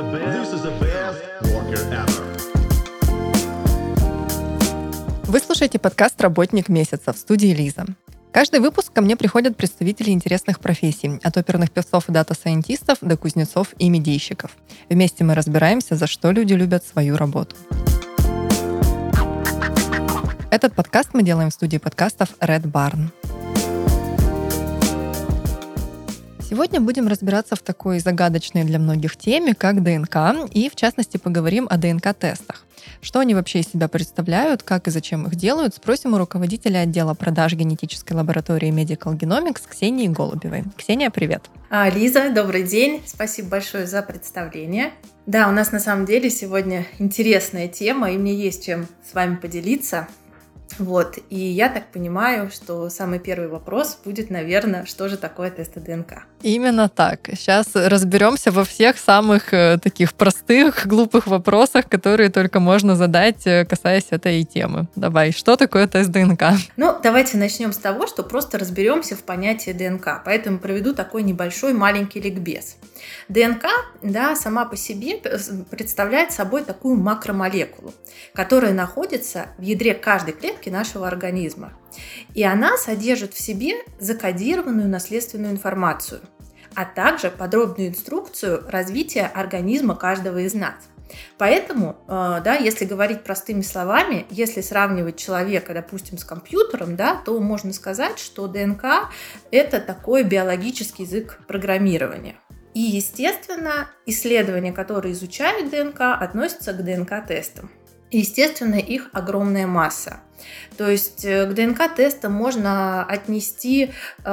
the best worker ever. Вы слушаете подкаст «Работник месяца» в студии Лиза. Каждый выпуск ко мне приходят представители интересных профессий, от оперных певцов и дата-сайентистов до кузнецов и медийщиков. Вместе мы разбираемся, за что люди любят свою работу. Этот подкаст мы делаем в студии подкастов Red Barn. Сегодня будем разбираться в такой загадочной для многих теме, как ДНК, и в частности поговорим о ДНК-тестах. Что они вообще из себя представляют, как и зачем их делают, спросим у руководителя отдела продаж генетической лаборатории Medical Genomics Ксении Голубевой. Ксения, привет! Лиза, добрый день. Спасибо большое за представление. Да, у нас на самом деле сегодня интересная тема, и мне есть чем с вами поделиться. И я так понимаю, что самый первый вопрос будет, наверное, что же такое тесты ДНК? Именно так. Сейчас разберемся во всех самых таких простых, глупых вопросах, которые только можно задать, касаясь этой темы. Давай, что такое тест ДНК? Давайте начнем с того, что просто разберемся в понятии ДНК. Поэтому проведу такой небольшой маленький ликбез. ДНК, сама по себе представляет собой такую макромолекулу, которая находится в ядре каждой клетки нашего организма. И она содержит в себе закодированную наследственную информацию, а также подробную инструкцию развития организма каждого из нас. Поэтому, если говорить простыми словами, если сравнивать человека, допустим, с компьютером, то можно сказать, что ДНК – это такой биологический язык программирования. И, естественно, исследования, которые изучают ДНК, относятся к ДНК-тестам. Естественно, их огромная масса. То есть к ДНК-тестам можно отнести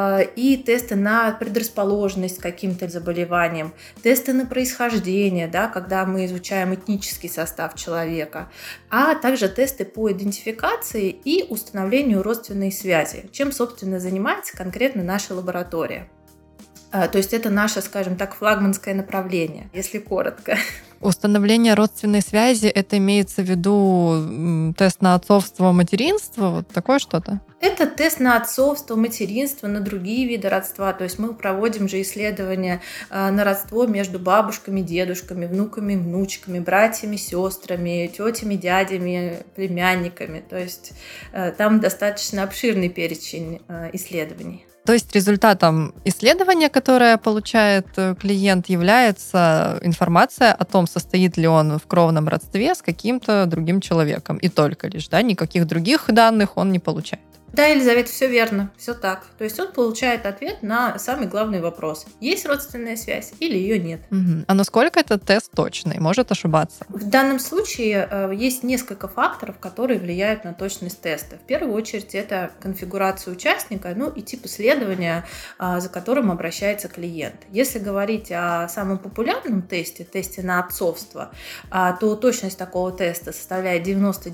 и тесты на предрасположенность к каким-то заболеваниям, тесты на происхождение, когда мы изучаем этнический состав человека, а также тесты по идентификации и установлению родственной связи, чем, собственно, занимается конкретно наша лаборатория. То есть это наше, скажем так, флагманское направление, если коротко. Установление родственной связи, это имеется в виду тест на отцовство, материнство, вот такое что-то? Это тест на отцовство, материнство, на другие виды родства. То есть мы проводим же исследования на родство между бабушками, дедушками, внуками, внучками, братьями, сестрами, тетями, дядями, племянниками. То есть там достаточно обширный перечень исследований. То есть результатом исследования, которое получает клиент, является информация о том, состоит ли он в кровном родстве с каким-то другим человеком. И только лишь, никаких других данных он не получает. Да, Елизавета, все верно, все так. То есть он получает ответ на самый главный вопрос. Есть родственная связь или ее нет? Угу. А насколько этот тест точный? Может ошибаться? В данном случае есть несколько факторов, которые влияют на точность теста. В первую очередь это конфигурация участника, и тип исследования, за которым обращается клиент. Если говорить о самом популярном тесте на отцовство, то точность такого теста составляет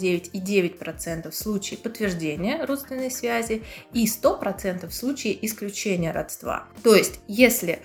99,9% в случае подтверждения родственной связи и 100% в случае исключения родства. То есть, если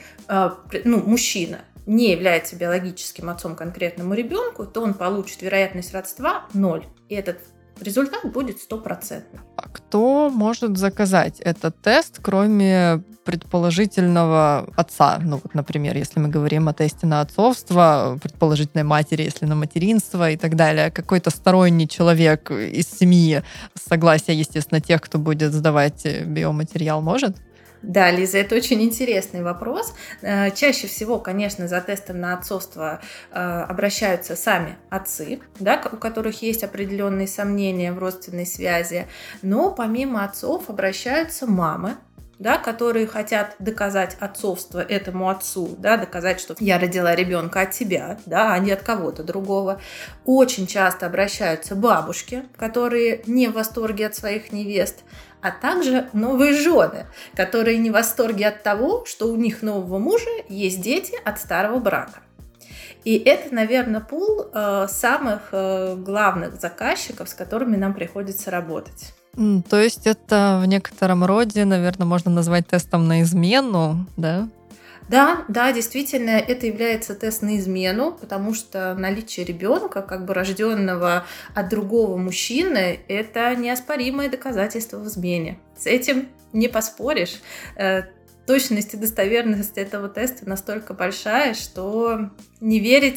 мужчина не является биологическим отцом конкретному ребенку, то он получит вероятность родства 0. И этот результат будет 100%. А кто может заказать этот тест, кроме предположительного отца? Например, если мы говорим о тесте на отцовство, предположительной матери, если на материнство и так далее, какой-то сторонний человек из семьи, с согласия, естественно, тех, кто будет сдавать биоматериал, может? Да, Лиза, это очень интересный вопрос. Чаще всего, конечно, за тестом на отцовство обращаются сами отцы, у которых есть определенные сомнения в родственной связи, но помимо отцов обращаются мамы, которые хотят доказать отцовство этому отцу, доказать, что я родила ребенка от тебя, а не от кого-то другого. Очень часто обращаются бабушки, которые не в восторге от своих невест, а также новые жены, которые не в восторге от того, что у них нового мужа есть дети от старого брака. И это, наверное, пул самых главных заказчиков, с которыми нам приходится работать. То есть это в некотором роде, наверное, можно назвать тестом на измену, да? Да, действительно, это является тест на измену, потому что наличие ребенка, рожденного от другого мужчины, это неоспоримое доказательство в измене. С этим не поспоришь. Точность и достоверность этого теста настолько большая, что не верить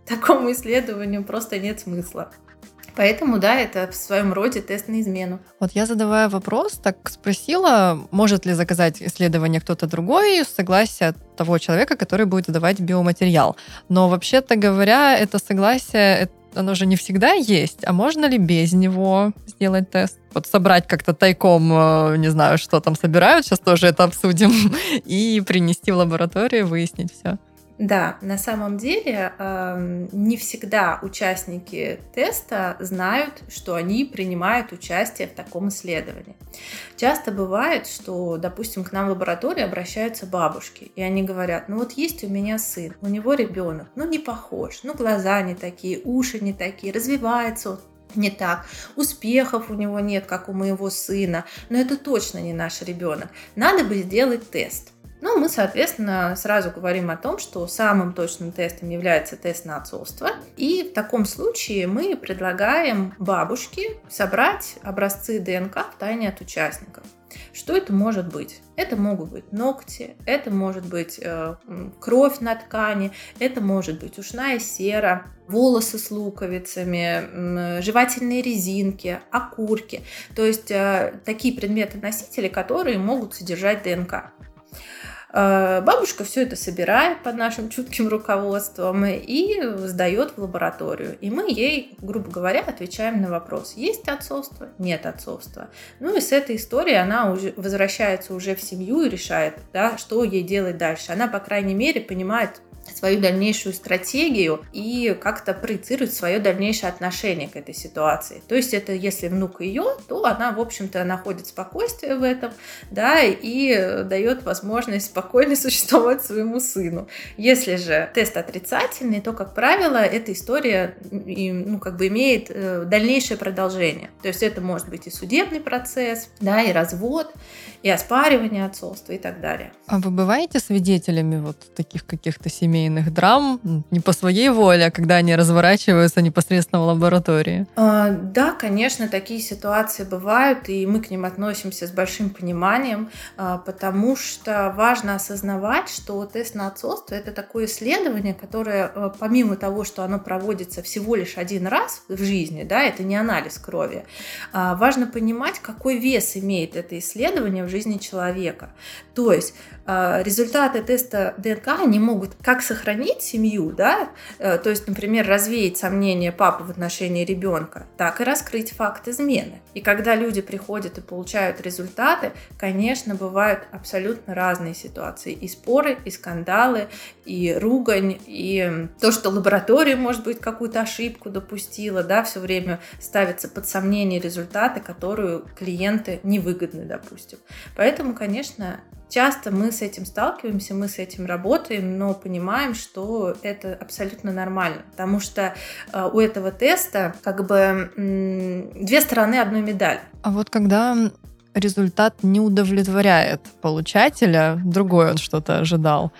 такому исследованию просто нет смысла. Поэтому, да, это в своем роде тест на измену. Вот я, задавая вопрос, так спросила, может ли заказать исследование кто-то другой с согласия того человека, который будет давать биоматериал. Но вообще-то говоря, это согласие, оно же не всегда есть. А можно ли без него сделать тест? Вот собрать как-то тайком, не знаю, что там собирают, сейчас тоже это обсудим, и принести в лабораторию, выяснить все. Да, на самом деле не всегда участники теста знают, что они принимают участие в таком исследовании. Часто бывает, что, допустим, к нам в лабораторию обращаются бабушки, и они говорят, ну вот есть у меня сын, у него ребенок, ну не похож, ну глаза не такие, уши не такие, развивается он не так, успехов у него нет, как у моего сына, но это точно не наш ребенок, надо бы сделать тест. Ну, мы, соответственно, сразу говорим о том, что самым точным тестом является тест на отцовство. И в таком случае мы предлагаем бабушке собрать образцы ДНК втайне от участников. Что это может быть? Это могут быть ногти, это может быть кровь на ткани, это может быть ушная сера, волосы с луковицами, жевательные резинки, окурки. То есть такие предметы-носители, которые могут содержать ДНК. Бабушка все это собирает под нашим чутким руководством и сдает в лабораторию. И мы ей, грубо говоря, отвечаем на вопрос, есть отцовство, нет отцовства. Ну и с этой историей она уже возвращается уже в семью и решает, да, что ей делать дальше. Она, по крайней мере, понимает свою дальнейшую стратегию и как-то проецирует свое дальнейшее отношение к этой ситуации. То есть это если внук ее, то она, в общем-то, находит спокойствие в этом, да, и дает возможность спокойно существовать своему сыну. Если же тест отрицательный, то, как правило, эта история, имеет дальнейшее продолжение. То есть это может быть и судебный процесс, да, и развод, и оспаривание отцовства и так далее. А вы бываете свидетелями вот таких каких-то семейных драм не по своей воле, а когда они разворачиваются непосредственно в лаборатории? Да, конечно, такие ситуации бывают, и мы к ним относимся с большим пониманием, потому что важно осознавать, что тест на отцовство – это такое исследование, которое, помимо того, что оно проводится всего лишь один раз в жизни, да, это не анализ крови, важно понимать, какой вес имеет это исследование в жизни человека. То есть результаты теста ДНК, они могут как сохранить семью, да, то есть, например, развеять сомнения папы в отношении ребенка, так и раскрыть факт измены. И когда люди приходят и получают результаты, конечно, бывают абсолютно разные ситуации. И споры, и скандалы, и ругань, и то, что лаборатория, может быть, какую-то ошибку допустила, да, все время ставятся под сомнение результаты, которые клиенты невыгодны, допустим. Поэтому, конечно, часто мы с этим сталкиваемся, мы с этим работаем, но понимаем, что это абсолютно нормально, потому что у этого теста как бы две стороны одной медали. А вот когда результат не удовлетворяет получателя, другой он что-то ожидал,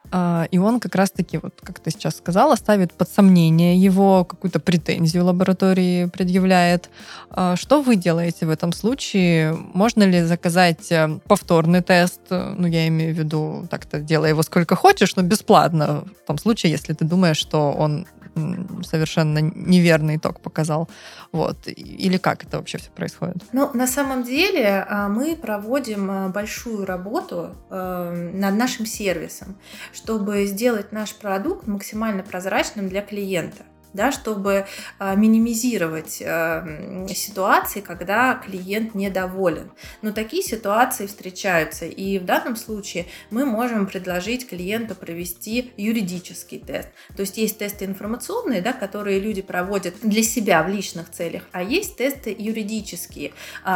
и он как раз-таки, вот как ты сейчас сказала, ставит под сомнение его, какую-то претензию лаборатории предъявляет. Что вы делаете в этом случае? Можно ли заказать повторный тест? Ну, я имею в виду, так-то делай его сколько хочешь, но бесплатно. В том случае, если ты думаешь, что он совершенно неверный итог показал. Вот. Или как это вообще все происходит? Ну, на самом деле мы проводим большую работу над нашим сервисом, чтобы сделать наш продукт максимально прозрачным для клиента. Да, чтобы минимизировать ситуации, когда клиент недоволен. Но такие ситуации встречаются, и в данном случае мы можем предложить клиенту провести юридический тест. То есть есть тесты информационные, да, которые люди проводят для себя в личных целях, а есть тесты юридические,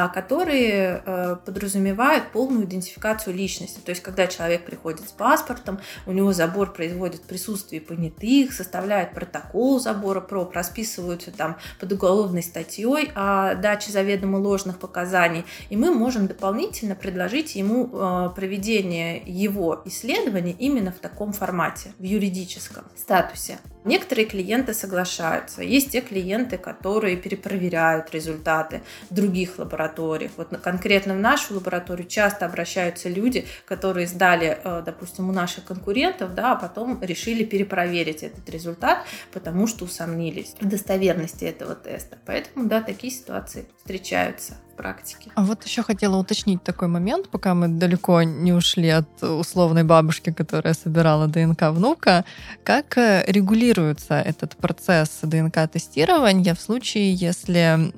которые подразумевают полную идентификацию личности. То есть когда человек приходит с паспортом, у него забор производит присутствие понятых, составляет протокол забора, расписываются там под уголовной статьей о даче заведомо ложных показаний, и мы можем дополнительно предложить ему проведение его исследований именно в таком формате, в юридическом статусе. Некоторые клиенты соглашаются. Есть те клиенты, которые перепроверяют результаты в других лабораториях. Вот конкретно в нашу лабораторию часто обращаются люди, которые сдали, допустим, у наших конкурентов, да, а потом решили перепроверить этот результат, потому что усомнились в достоверности этого теста. Поэтому, да, такие ситуации встречаются в практике. А вот еще хотела уточнить такой момент, пока мы далеко не ушли от условной бабушки, которая собирала ДНК внука. Как регулируется этот процесс ДНК-тестирования в случае, если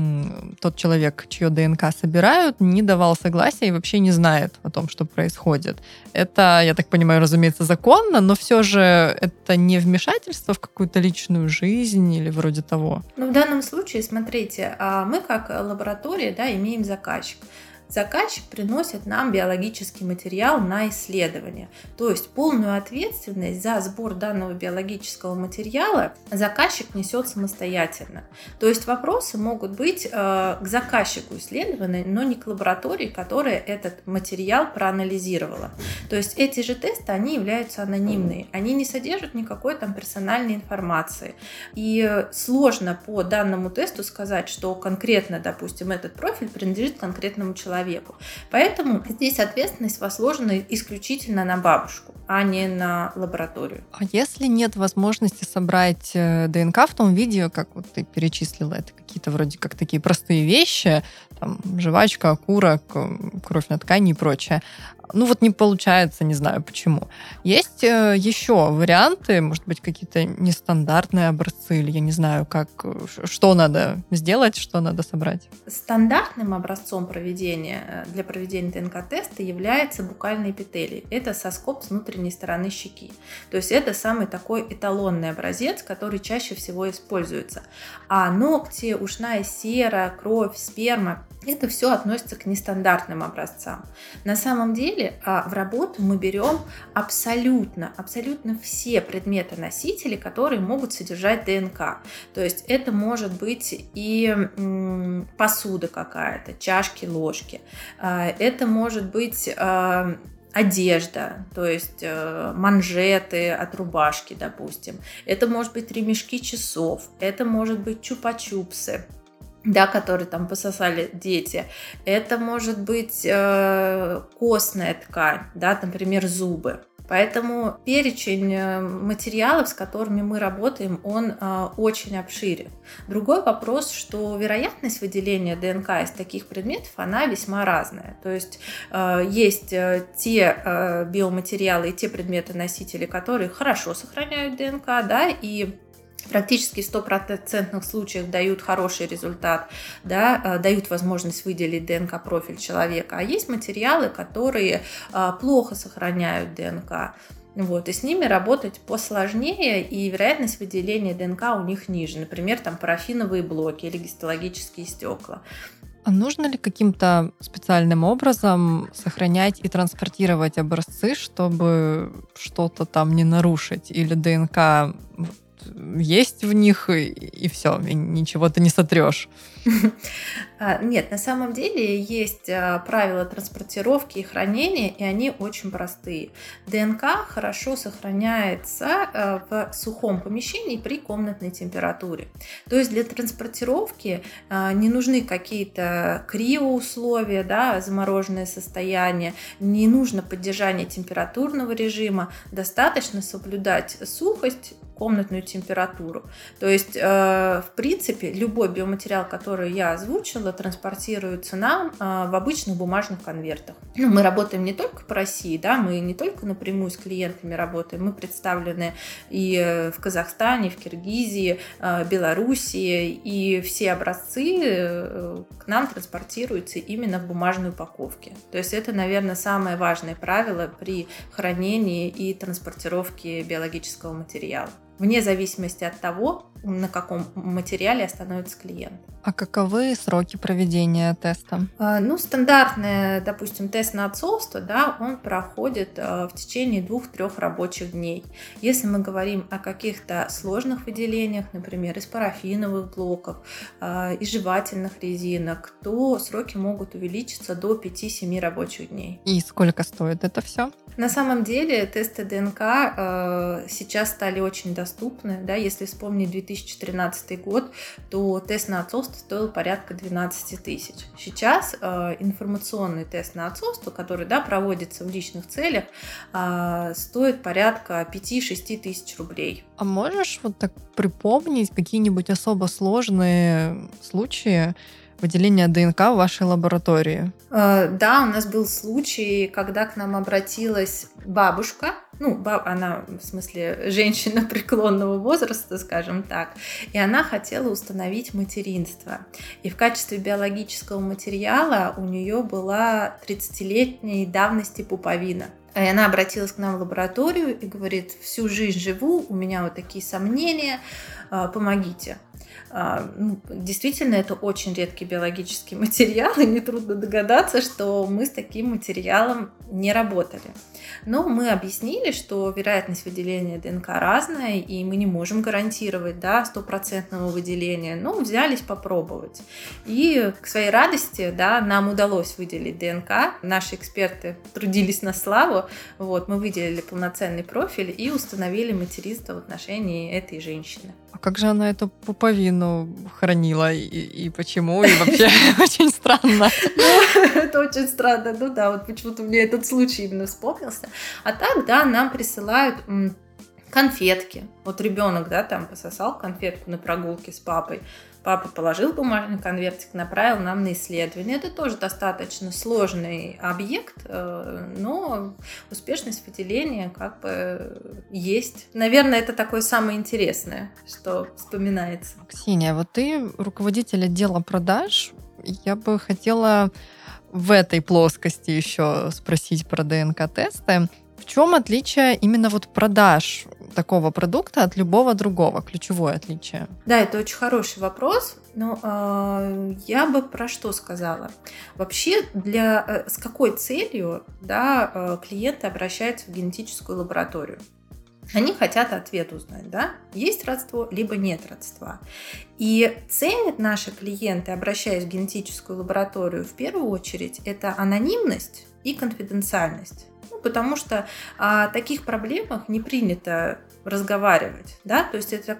тот человек, чье ДНК собирают, не давал согласия и вообще не знает о том, что происходит? Это, я так понимаю, разумеется, законно, но все же это не вмешательство в какую-то личную жизнь или вроде того? Ну, в данном случае, смотрите, мы как лаборатория, да, имеем заказчик. Заказчик приносит нам биологический материал на исследование. То есть полную ответственность за сбор данного биологического материала заказчик несет самостоятельно. То есть вопросы могут быть к заказчику исследования, но не к лаборатории, которая этот материал проанализировала. То есть эти же тесты, они являются анонимные. Они не содержат никакой там персональной информации. И сложно по данному тесту сказать, что конкретно, допустим, этот профиль принадлежит конкретному человеку. Поэтому здесь ответственность возложена исключительно на бабушку, а не на лабораторию. А если нет возможности собрать ДНК в том виде, как вот ты перечислила, это какие-то вроде как такие простые вещи, там, жвачка, окурок, кровь на ткани и прочее. Ну вот не получается, не знаю почему. Есть еще варианты, может быть, какие-то нестандартные образцы, или я не знаю, что надо сделать, что надо собрать. Стандартным образцом для проведения ДНК-теста является букальный эпителий. Это соскоб с внутренней стороны щеки. То есть это самый такой эталонный образец, который чаще всего используется. А ногти, ушная сера, кровь, сперма — это все относится к нестандартным образцам. На самом деле в работу мы берем абсолютно все предметы-носители, которые могут содержать ДНК. То есть это может быть и посуда какая-то, чашки, ложки. Это может быть одежда, то есть манжеты от рубашки, допустим. Это может быть ремешки часов, это может быть чупа-чупсы, да, которые там пососали дети. Это может быть костная ткань, да, например, зубы. Поэтому перечень материалов, с которыми мы работаем, он очень обширен. Другой вопрос, что вероятность выделения ДНК из таких предметов, она весьма разная. То есть есть те биоматериалы и те предметы-носители, которые хорошо сохраняют ДНК, да, и практически в 100% случаях дают хороший результат, да, дают возможность выделить ДНК-профиль человека. А есть материалы, которые плохо сохраняют ДНК. Вот, и с ними работать посложнее, и вероятность выделения ДНК у них ниже. Например, там парафиновые блоки или гистологические стекла. А нужно ли каким-то специальным образом сохранять и транспортировать образцы, чтобы что-то там не нарушить? Или ДНК есть в них, и все, и ничего ты не сотрешь? Нет, на самом деле есть правила транспортировки и хранения, и они очень простые. ДНК хорошо сохраняется в сухом помещении при комнатной температуре. То есть для транспортировки не нужны какие-то криоусловия, да, замороженное состояние, не нужно поддержание температурного режима, достаточно соблюдать сухость, комнатную температуру. То есть, в принципе, любой биоматериал, который я озвучила, транспортируется нам в обычных бумажных конвертах. Ну, мы работаем не только по России, да, мы не только напрямую с клиентами работаем, мы представлены и в Казахстане, в Киргизии, Белоруссии, и все образцы к нам транспортируются именно в бумажной упаковке. То есть это, наверное, самое важное правило при хранении и транспортировке биологического материала. Вне зависимости от того, на каком материале остановится клиент. А каковы сроки проведения теста? Стандартный, допустим, тест на отцовство, да, он проходит в течение 2-3 рабочих дней. Если мы говорим о каких-то сложных выделениях, например, из парафиновых блоков, из жевательных резинок, то сроки могут увеличиться до 5-7 рабочих дней. И сколько стоит это все? На самом деле тесты ДНК сейчас стали очень доступны. Да? Если вспомнить 2013 год, то тест на отцовство стоил порядка 12 тысяч. Сейчас информационный тест на отцовство, который, да, проводится в личных целях, стоит порядка 5-6 тысяч рублей. А можешь вот так припомнить какие-нибудь особо сложные случаи выделения ДНК в вашей лаборатории? Да, у нас был случай, когда к нам обратилась бабушка, она, в смысле, женщина преклонного возраста, скажем так, и она хотела установить материнство. И в качестве биологического материала у нее была 30-летней давности пуповина. И она обратилась к нам в лабораторию и говорит: всю жизнь живу, у меня вот такие сомнения, помогите. Действительно, это очень редкий биологический материал, и нетрудно догадаться, что мы с таким материалом не работали. Но мы объяснили, что вероятность выделения ДНК разная, и мы не можем гарантировать, да, 100% выделения, но взялись попробовать. И к своей радости, да, нам удалось выделить ДНК. Наши эксперты трудились на славу. Мы выделили полноценный профиль и установили материнство в отношении этой женщины. А как же она эту пуповину хранила и почему? И вообще очень странно. Это очень странно. Почему-то мне этот случай именно вспомнился. А так, да, нам присылают конфетки. Вот ребенок, да, там пососал конфетку на прогулке с папой. Папа положил бумажный конвертик, направил нам на исследование. Это тоже достаточно сложный объект, но успешность выделения как бы есть. Наверное, это такое самое интересное, что вспоминается. Ксения, вот ты руководитель отдела продаж. Я бы хотела в этой плоскости еще спросить про ДНК-тесты. В чем отличие именно продаж такого продукта от любого другого? Ключевое отличие. Да, это очень хороший вопрос. Но я бы про что сказала? Вообще, с какой целью, да, клиенты обращаются в генетическую лабораторию? Они хотят ответ узнать, да, есть родство, либо нет родства. И ценят наши клиенты, обращаясь в генетическую лабораторию, в первую очередь, это анонимность и конфиденциальность. Потому что о таких проблемах не принято разговаривать, да, то есть это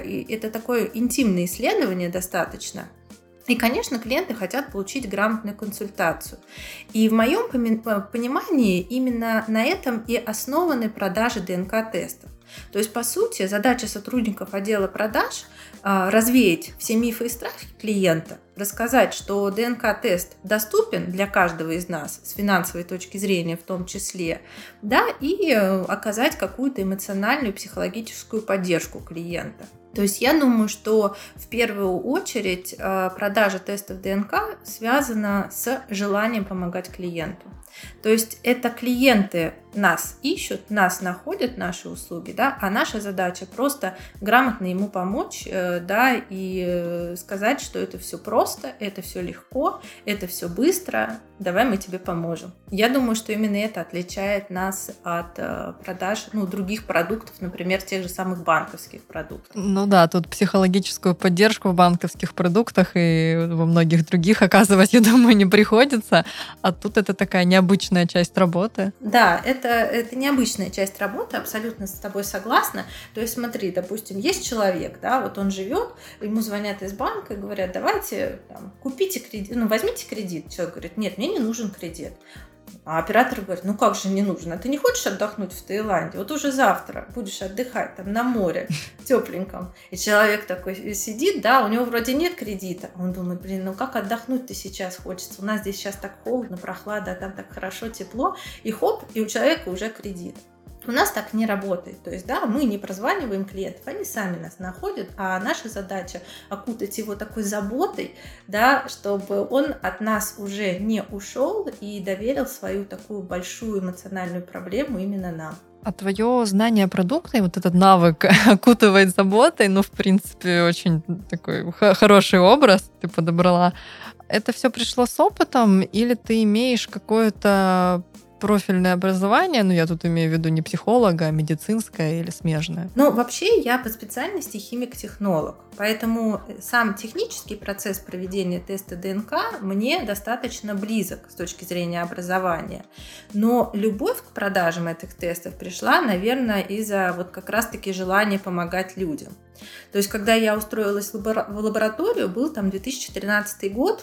такое интимное исследование достаточно. И, конечно, клиенты хотят получить грамотную консультацию. И в моем понимании именно на этом и основаны продажи ДНК-тестов. То есть, по сути, задача сотрудников отдела продаж развеять все мифы и страхи клиента, рассказать, что ДНК-тест доступен для каждого из нас с финансовой точки зрения в том числе, да, и оказать какую-то эмоциональную, психологическую поддержку клиента. То есть я думаю, что в первую очередь продажа тестов ДНК связана с желанием помогать клиенту. То есть это клиенты нас ищут, нас находят, наши услуги, да, а наша задача просто грамотно ему помочь, да, и сказать, что это все просто, это все легко, это все быстро, давай мы тебе поможем. Я думаю, что именно это отличает нас от продаж, других продуктов, например, тех же самых банковских продуктов. Да, тут психологическую поддержку в банковских продуктах и во многих других оказывать, я думаю, не приходится, а тут это такая необычная часть работы. Да, это необычная часть работы, абсолютно с тобой согласна. То есть смотри, допустим, есть человек, да, вот он живет, ему звонят из банка и говорят: давайте купите кредит, возьмите кредит. Человек говорит: нет, мне не нужен кредит. А оператор говорит: как же не нужен? А ты не хочешь отдохнуть в Таиланде? Вот уже завтра будешь отдыхать там на море тепленьком. И человек такой сидит, да, у него вроде нет кредита. Он думает: как отдохнуть-то сейчас хочется? У нас здесь сейчас так холодно, прохлада, а там так хорошо, тепло. И хоп, и у человека уже кредит. У нас так не работает. То есть, да, мы не прозваниваем клиентов, они сами нас находят, а наша задача окутать его такой заботой, да, чтобы он от нас уже не ушел и доверил свою такую большую эмоциональную проблему именно нам. А твое знание продукта и вот этот навык окутывать заботой, ну, в принципе, очень такой хороший образ ты подобрала. Это все пришло с опытом или ты имеешь какое-то профильное образование, ну, я тут имею в виду не психолога, а медицинское или смежное? Ну, вообще, я по специальности химик-технолог, поэтому сам технический процесс проведения теста ДНК мне достаточно близок с точки зрения образования. Но любовь к продажам этих тестов пришла, наверное, из-за вот как раз-таки желания помогать людям. То есть, когда я устроилась в лабораторию, был там 2013 год,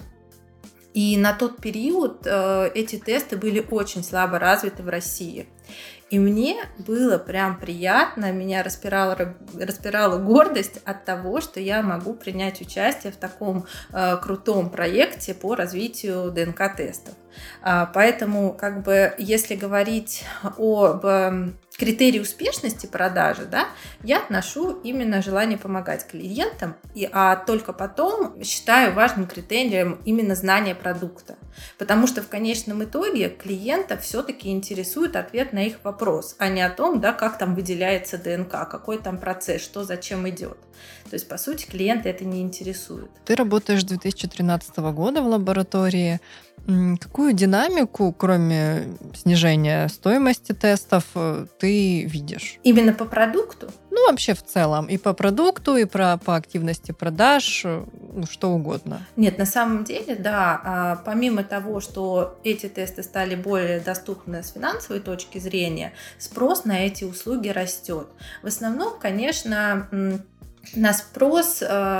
и на тот период эти тесты были очень слабо развиты в России. И мне было прям приятно, меня распирала гордость от того, что я могу принять участие в таком крутом проекте по развитию ДНК-тестов. Поэтому, как бы, если говорить об критерии успешности продажи, да, я отношу именно желание помогать клиентам, а только потом считаю важным критерием именно знание продукта. Потому что в конечном итоге клиента все-таки интересует ответ на их вопрос, а не о том, да, как там выделяется ДНК, какой там процесс, что зачем идет. То есть, по сути, клиента это не интересует. Ты работаешь с 2013 года в лаборатории. Какую динамику, кроме снижения стоимости тестов, ты видишь? Именно по продукту? Ну, вообще в целом. И по продукту, и по активности продаж, ну, что угодно. Нет, на самом деле, да, помимо того, что эти тесты стали более доступны с финансовой точки зрения, спрос на эти услуги растет. В основном, конечно, на спрос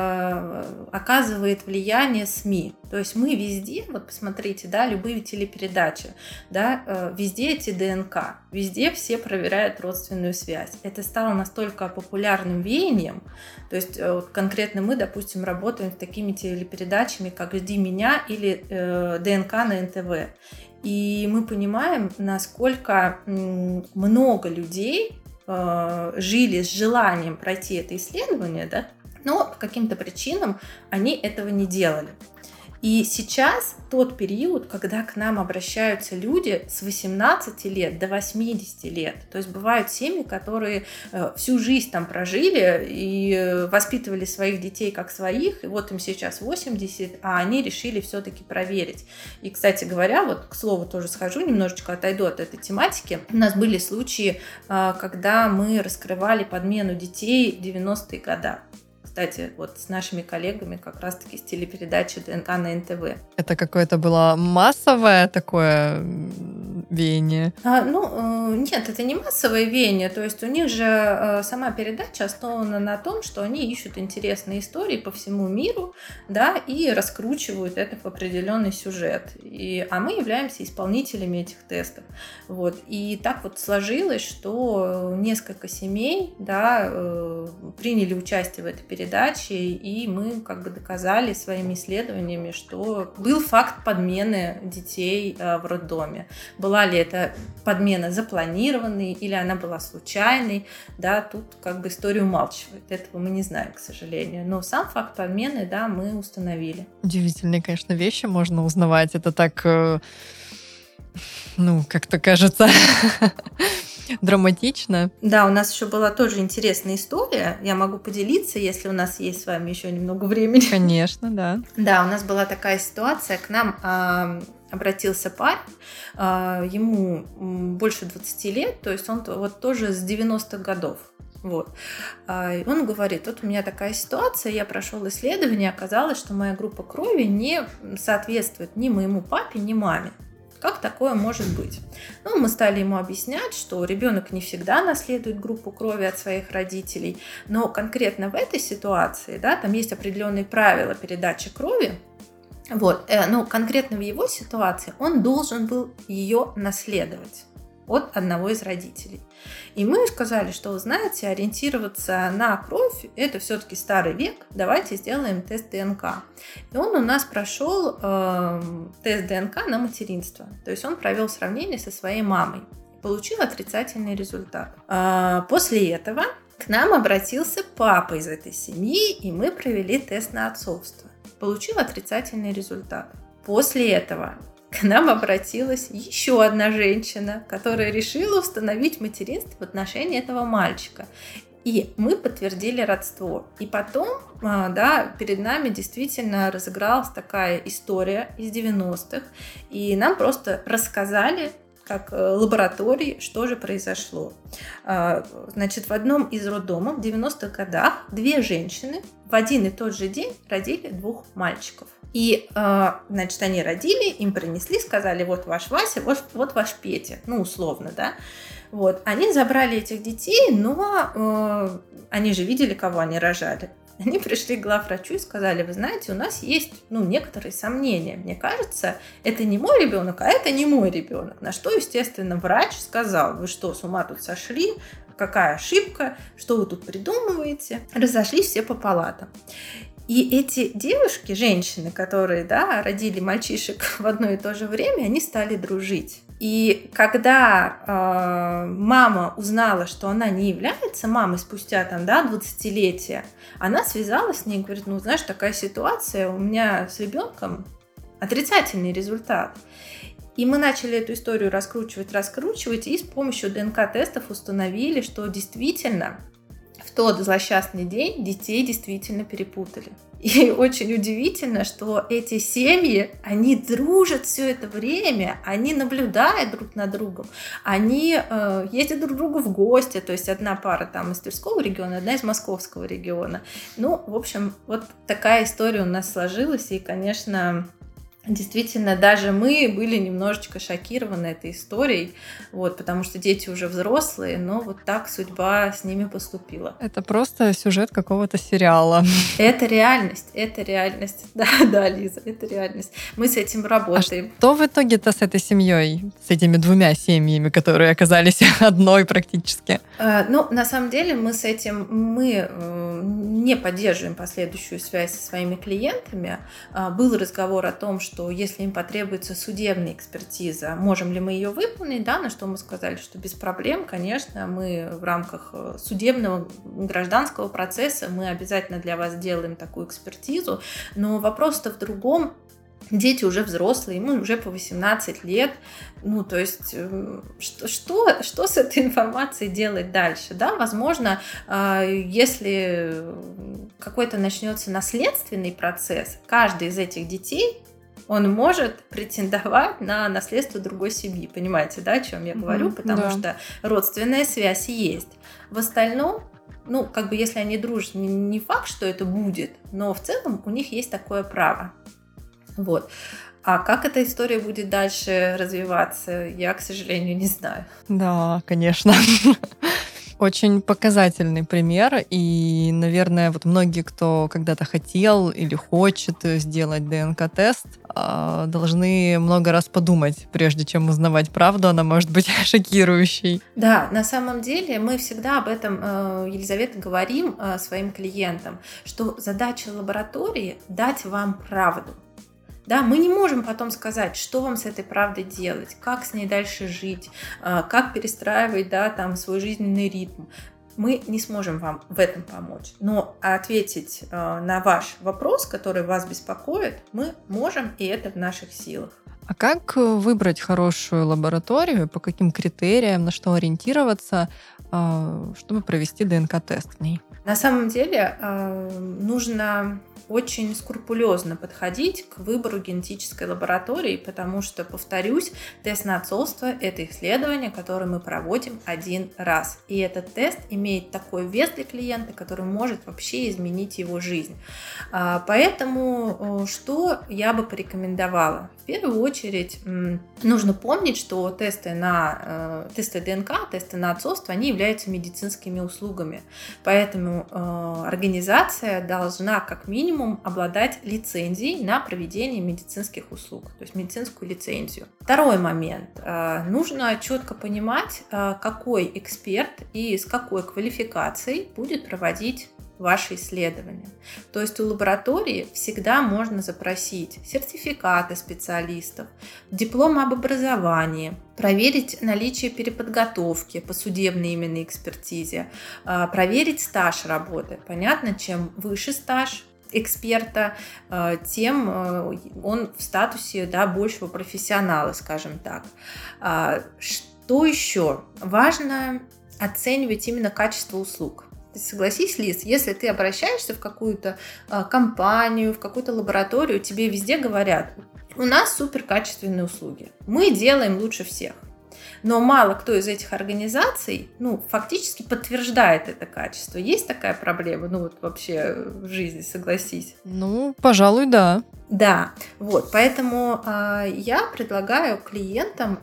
оказывает влияние СМИ. То есть мы везде, вот посмотрите, да, любые телепередачи, да, везде эти ДНК, везде все проверяют родственную связь. Это стало настолько популярным веянием, то есть вот конкретно мы, допустим, работаем с такими телепередачами, как «Жди меня» или «ДНК» на НТВ. И мы понимаем, насколько много людей жили с желанием пройти это исследование, да, но по каким-то причинам они этого не делали. И сейчас тот период, когда к нам обращаются люди с 18 лет до 80 лет. То есть бывают семьи, которые всю жизнь там прожили и воспитывали своих детей как своих, и вот им сейчас 80, а они решили все-таки проверить. И, кстати говоря, вот к слову тоже схожу, немножечко отойду от этой тематики. У нас были случаи, когда мы раскрывали подмену детей в 90-е годы. Кстати, вот с нашими коллегами как раз-таки с телепередачи ДНК на НТВ. Это какое-то было массовое такое веяние? Нет, это не массовое веяние. То есть у них же сама передача основана на том, что они ищут интересные истории по всему миру, да, и раскручивают это в определенный сюжет. А мы являемся исполнителями этих тестов. Вот. И так вот сложилось, что несколько семей, да, приняли участие в этой передаче, и мы как бы доказали своими исследованиями, что был факт подмены детей в роддоме. Была ли это подмена запланированной или она была случайной, да, тут как бы история умалчивает. Этого мы не знаем, к сожалению. Но сам факт подмены, да, мы установили. Удивительные, конечно, вещи можно узнавать. Это так, как-то кажется... драматично. Да, у нас еще была тоже интересная история. Я могу поделиться, если у нас есть с вами еще немного времени. Конечно, да. Да, у нас была такая ситуация. К нам обратился парень, ему больше 20 лет, то есть он вот тоже с 90-х годов. Вот. И он говорит, вот у меня такая ситуация, я прошел исследование, оказалось, что моя группа крови не соответствует ни моему папе, ни маме. Как такое может быть? Мы стали ему объяснять, что ребенок не всегда наследует группу крови от своих родителей, но конкретно в этой ситуации, да, там есть определенные правила передачи крови. Вот, конкретно в его ситуации он должен был ее наследовать от одного из родителей. И мы сказали, что, вы знаете, ориентироваться на кровь – это все-таки старый век, давайте сделаем тест ДНК. И он у нас прошел тест ДНК на материнство, то есть он провел сравнение со своей мамой. получил отрицательный результат. После этого к нам обратился папа из этой семьи, и мы провели тест на отцовство. Получил отрицательный результат. После этого к нам обратилась еще одна женщина, которая решила установить материнство в отношении этого мальчика. И мы подтвердили родство. И потом, перед нами действительно разыгралась такая история из 90-х. И нам просто рассказали, как лаборатории, что же произошло. Значит, в одном из роддомов в 90-х годах 2 женщины в один и тот же день родили 2 мальчиков. И, значит, они родили, им принесли, сказали, вот ваш Вася, вот ваш Петя, условно, да. Вот. Они забрали этих детей, но они же видели, кого они рожали. Они пришли к главврачу и сказали, вы знаете, у нас есть некоторые сомнения. Мне кажется, это не мой ребенок, а это не мой ребенок. На что, естественно, врач сказал, вы что, с ума тут сошли? Какая ошибка? Что вы тут придумываете? Разошлись все по палатам. И эти девушки, женщины, которые родили мальчишек в одно и то же время, они стали дружить. И когда мама узнала, что она не является мамой спустя 20-летия, она связалась с ней и говорит, знаешь, такая ситуация, у меня с ребенком отрицательный результат. И мы начали эту историю раскручивать, и с помощью ДНК-тестов установили, что действительно в тот злосчастный день детей действительно перепутали. И очень удивительно, что эти семьи, они дружат все это время, они наблюдают друг над другом, они ездят друг к другу в гости, то есть одна пара там из Тверского региона, одна из Московского региона. В общем, вот такая история у нас сложилась, и, конечно, действительно, даже мы были немножечко шокированы этой историей, потому что дети уже взрослые, но вот так судьба с ними поступила. Это просто сюжет какого-то сериала. Это реальность. Да, Лиза, это реальность. Мы с этим работаем. А что в итоге-то с этой семьей, с этими 2 семьями, которые оказались одной практически? На самом деле мы не поддерживаем последующую связь со своими клиентами. Был разговор о том, что если им потребуется судебная экспертиза, можем ли мы ее выполнить, на что мы сказали, что без проблем, конечно, мы в рамках судебного гражданского процесса мы обязательно для вас сделаем такую экспертизу, но вопрос-то в другом. Дети уже взрослые, ему уже по 18 лет. То есть, что с этой информацией делать дальше? Возможно, если какой-то начнется наследственный процесс, каждый из этих детей, он может претендовать на наследство другой семьи. Понимаете, о чем я говорю? Потому что родственная связь есть. В остальном, если они дружат, не факт, что это будет, но в целом у них есть такое право. А как эта история будет дальше развиваться, я, к сожалению, не знаю. Да, конечно. Очень показательный пример, и, наверное, многие, кто когда-то хотел или хочет сделать ДНК-тест, должны много раз подумать, прежде чем узнавать правду, она может быть шокирующей. Да, на самом деле мы всегда об этом, Елизавета, говорим своим клиентам, что задача лаборатории – дать вам правду. Мы не можем потом сказать, что вам с этой правдой делать, как с ней дальше жить, как перестраивать свой жизненный ритм. Мы не сможем вам в этом помочь. Но ответить на ваш вопрос, который вас беспокоит, мы можем, и это в наших силах. А как выбрать хорошую лабораторию, по каким критериям, на что ориентироваться, чтобы провести ДНК-тест в ней? На самом деле нужно очень скрупулезно подходить к выбору генетической лаборатории, потому что, повторюсь, тест на отцовство – это исследование, которое мы проводим один раз. И этот тест имеет такой вес для клиента, который может вообще изменить его жизнь. Поэтому что я бы порекомендовала? В первую очередь нужно помнить, что тесты ДНК, тесты на отцовство, они являются медицинскими услугами. Поэтому организация должна как минимум обладать лицензией на проведение медицинских услуг, то есть медицинскую лицензию. Второй момент. Нужно четко понимать, какой эксперт и с какой квалификацией будет проводить ваши исследования. То есть у лаборатории всегда можно запросить сертификаты специалистов, диплом об образовании, проверить наличие переподготовки по судебной именно экспертизе, проверить стаж работы. Понятно, чем выше стаж эксперта, тем он в статусе, да, большего профессионала, скажем так. Что еще? Важно оценивать именно качество услуг. Согласись, Лиз, если ты обращаешься в какую-то компанию, в какую-то лабораторию, тебе везде говорят: у нас суперкачественные услуги, мы делаем лучше всех. Но мало кто из этих организаций, фактически подтверждает это качество. Есть такая проблема, вообще в жизни, согласись? Пожалуй, да. Да, поэтому я предлагаю клиентам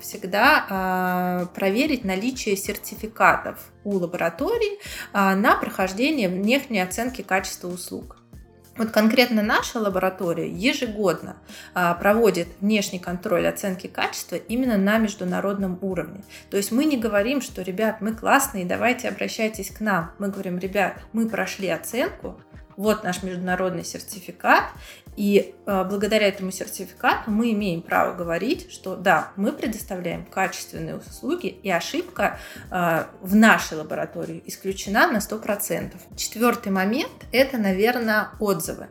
всегда проверить наличие сертификатов у лабораторий на прохождение внешней оценки качества услуг. Конкретно наша лаборатория ежегодно проводит внешний контроль оценки качества именно на международном уровне. То есть мы не говорим, что, ребят, мы классные, давайте обращайтесь к нам. Мы говорим: ребят, мы прошли оценку, вот наш международный сертификат, и благодаря этому сертификату мы имеем право говорить, что да, мы предоставляем качественные услуги, и ошибка в нашей лаборатории исключена на 100%. Четвертый момент – это, наверное, отзывы.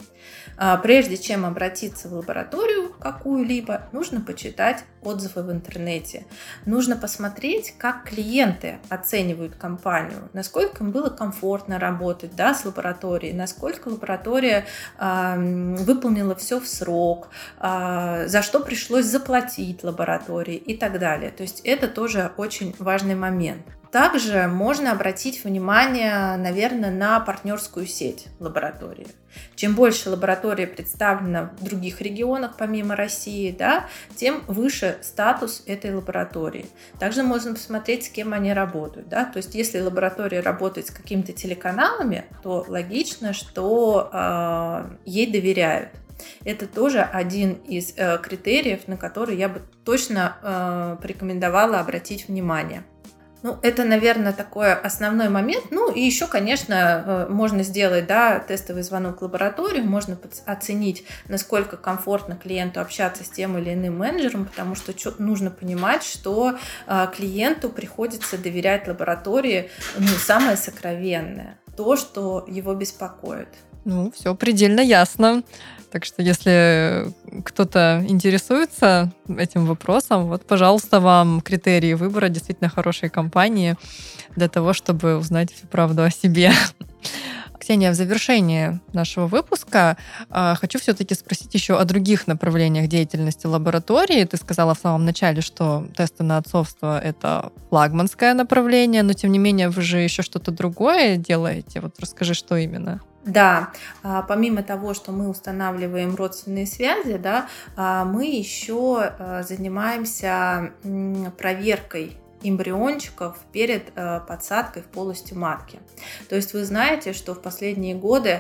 Прежде чем обратиться в лабораторию какую-либо, нужно почитать отзывы в интернете. Нужно посмотреть, как клиенты оценивают компанию, насколько им было комфортно работать, с лабораторией, насколько лаборатория выполнила все в срок, за что пришлось заплатить лаборатории и так далее. То есть это тоже очень важный момент. Также можно обратить внимание, наверное, на партнерскую сеть лаборатории. Чем больше лаборатория представлена в других регионах, помимо России, тем выше статус этой лаборатории. Также можно посмотреть, с кем они работают. То есть, если лаборатория работает с какими-то телеканалами, то логично, что ей доверяют. Это тоже один из критериев, на который я бы точно порекомендовала обратить внимание. Это, наверное, такой основной момент. И еще, конечно, можно сделать, тестовый звонок в лабораторию, можно оценить, насколько комфортно клиенту общаться с тем или иным менеджером, потому что нужно понимать, что клиенту приходится доверять лаборатории самое сокровенное, то, что его беспокоит. Все предельно ясно. Так что, если кто-то интересуется этим вопросом, пожалуйста, вам критерии выбора действительно хорошей компании для того, чтобы узнать всю правду о себе. Ксения, в завершении нашего выпуска хочу все-таки спросить еще о других направлениях деятельности лаборатории. Ты сказала в самом начале, что тесты на отцовство — это флагманское направление, но тем не менее вы же еще что-то другое делаете. Расскажи, что именно. Да, помимо того, что мы устанавливаем родственные связи, мы еще занимаемся проверкой эмбриончиков перед подсадкой в полости матки. То есть вы знаете, что в последние годы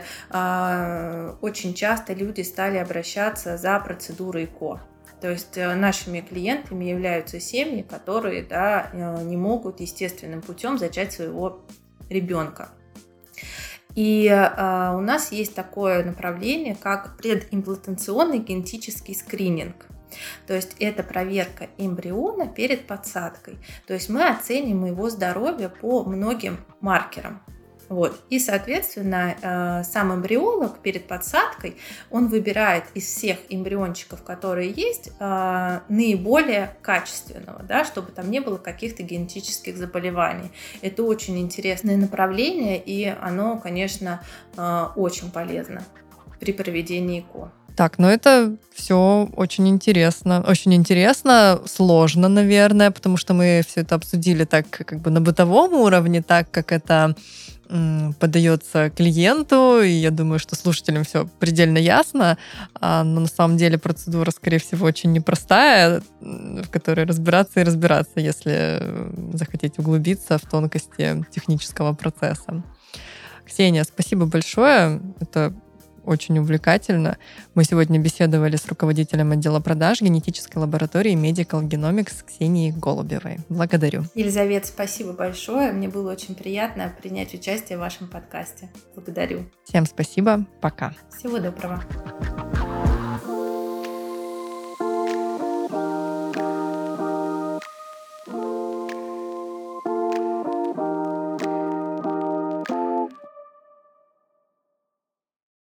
очень часто люди стали обращаться за процедурой ЭКО. То есть нашими клиентами являются семьи, которые не могут естественным путем зачать своего ребенка. И у нас есть такое направление, как предимплантационный генетический скрининг. То есть это проверка эмбриона перед подсадкой. То есть мы оценим его здоровье по многим маркерам. И, соответственно, сам эмбриолог перед подсадкой, он выбирает из всех эмбриончиков, которые есть, наиболее качественного, чтобы там не было каких-то генетических заболеваний. Это очень интересное направление, и оно, конечно, очень полезно при проведении ЭКО. Так, это все очень интересно. Очень интересно, сложно, наверное, потому что мы все это обсудили так на бытовом уровне, так как это подается клиенту, и я думаю, что слушателям все предельно ясно, но на самом деле процедура, скорее всего, очень непростая, в которой разбираться, если захотеть углубиться в тонкости технического процесса. Ксения, спасибо большое. Это очень увлекательно. Мы сегодня беседовали с руководителем отдела продаж генетической лаборатории Medical Genomics Ксенией Голубевой. Благодарю. Елизавета, спасибо большое. Мне было очень приятно принять участие в вашем подкасте. Благодарю. Всем спасибо. Пока. Всего доброго.